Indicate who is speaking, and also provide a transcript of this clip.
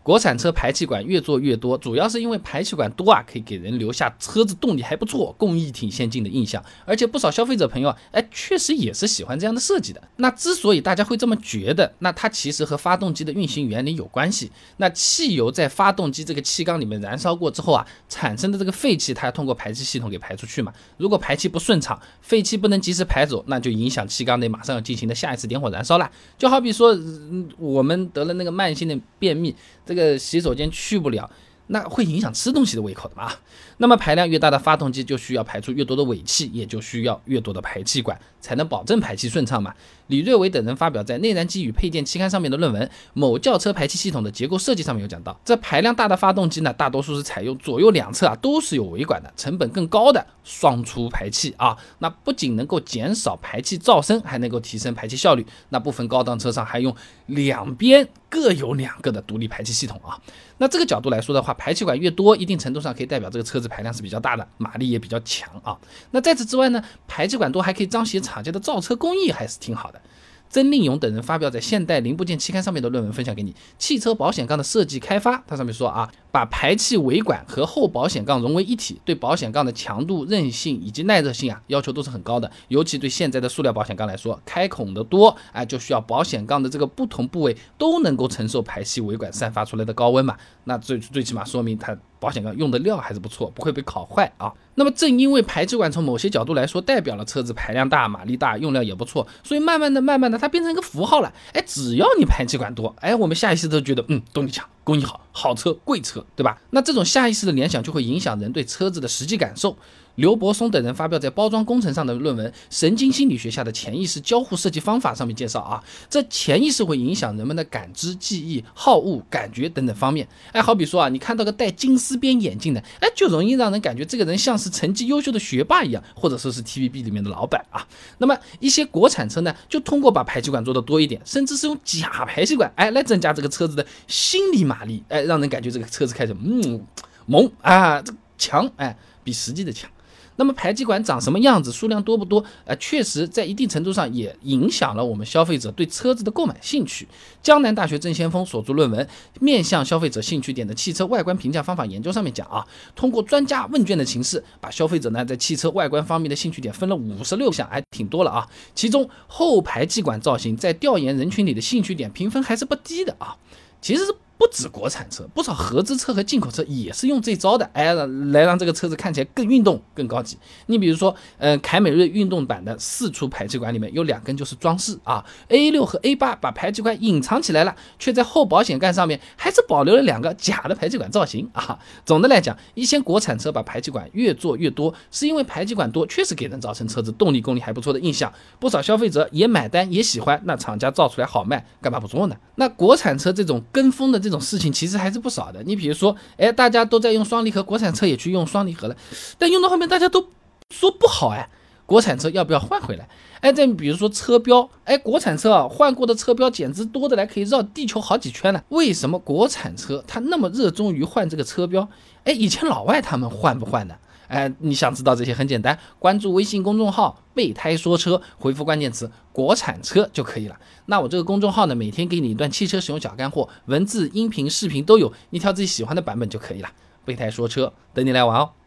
Speaker 1: 国产车排气管越做越多，主要是因为排气管多啊，可以给人留下车子动力还不错、工艺挺先进的印象，而且不少消费者朋友确实也是喜欢这样的设计的。那之所以大家会这么觉得，那它其实和发动机的运行原理有关系。那汽油在发动机这个气缸里面燃烧过之后啊，产生的这个废气，它要通过排气系统给排出去嘛。如果排气不顺畅，废气不能及时排走，那就影响气缸内马上要进行的下一次点火燃烧了。就好比说，我们得了那个慢性的便秘，这个洗手间去不了，那会影响吃东西的胃口的嘛。那么排量越大的发动机就需要排出越多的尾气，也就需要越多的排气管，才能保证排气顺畅嘛。李瑞伟等人发表在《内燃机与配件》期刊上面的论文《某轿车排气系统的结构设计》上面有讲到，这排量大的发动机呢，大多数是采用左右两侧都是有尾管的，成本更高的双出排气啊。那不仅能够减少排气噪声，还能够提升排气效率。那部分高档车上还用两边各有2个的独立排气系统啊。那这个角度来说的话，排气管越多，一定程度上可以代表这个车子排量是比较大的，马力也比较强啊。那在此之外呢，排气管多还可以彰显厂家的造车工艺，还是挺好的。曾令勇等人发表在《现代零部件》期刊上面的论文分享给你，汽车保险杠的设计开发，它上面说啊，把排气尾管和后保险杠融为一体，对保险杠的强度、韧性以及耐热性要求都是很高的。尤其对现在的塑料保险杠来说，开孔的多就需要保险杠的这个不同部位都能够承受排气尾管散发出来的高温嘛。那最起码说明它保险杠用的料还是不错，不会被烤坏啊。那么正因为排气管从某些角度来说代表了车子排量大、马力大、用料也不错，所以慢慢的它变成一个符号了。只要你排气管多，我们下意识都觉得动力强、工艺好、好车、贵车，对吧？那这种下意识的联想就会影响人对车子的实际感受。刘伯松等人发表在包装工程上的论文《神经心理学下的潜意识交互设计方法》上面介绍啊，这潜意识会影响人们的感知、记忆、好恶、感觉等等方面。好比说啊，你看到个戴金丝边眼镜的，就容易让人感觉这个人像是成绩优秀的学霸一样，或者说是 TVB 里面的老板啊。那么一些国产车呢，就通过把排气管做的多一点，甚至是用假排气管来增加这个车子的心理马力，让人感觉这个车子开始猛啊，这强比实际的强。那么排气管长什么样子，数量多不多，确实在一定程度上也影响了我们消费者对车子的购买兴趣。江南大学郑先锋所著论文《面向消费者兴趣点的汽车外观评价方法研究》上面讲啊，通过专家问卷的形式，把消费者呢在汽车外观方面的兴趣点分了56项，还挺多了啊。其中后排气管造型在调研人群里的兴趣点评分还是不低的啊。其实不止国产车，不少合资车和进口车也是用这招的，来让这个车子看起来更运动、更高级。你比如说，凯美瑞运动版的4出排气管里面有2根就是装饰啊 ，A6 和 A8 把排气管隐藏起来了，却在后保险杠上面还是保留了2个假的排气管造型啊。总的来讲，一些国产车把排气管越做越多，是因为排气管多确实给人造成车子动力功率还不错的印象，不少消费者也买单也喜欢，那厂家造出来好卖，干嘛不做呢？那国产车这种跟风的这种事情其实还是不少的。你比如说，大家都在用双离合，国产车也去用双离合了，但用到后面大家都说不好国产车要不要换回来？再比如说车标，国产车换过的车标简直多的来可以绕地球好几圈了。为什么国产车它那么热衷于换这个车标？以前老外他们换不换的？你想知道这些很简单，关注微信公众号备胎说车，回复关键词国产车就可以了。那我这个公众号呢，每天给你一段汽车使用小干货，文字、音频、视频都有，你挑自己喜欢的版本就可以了。备胎说车，等你来玩哦。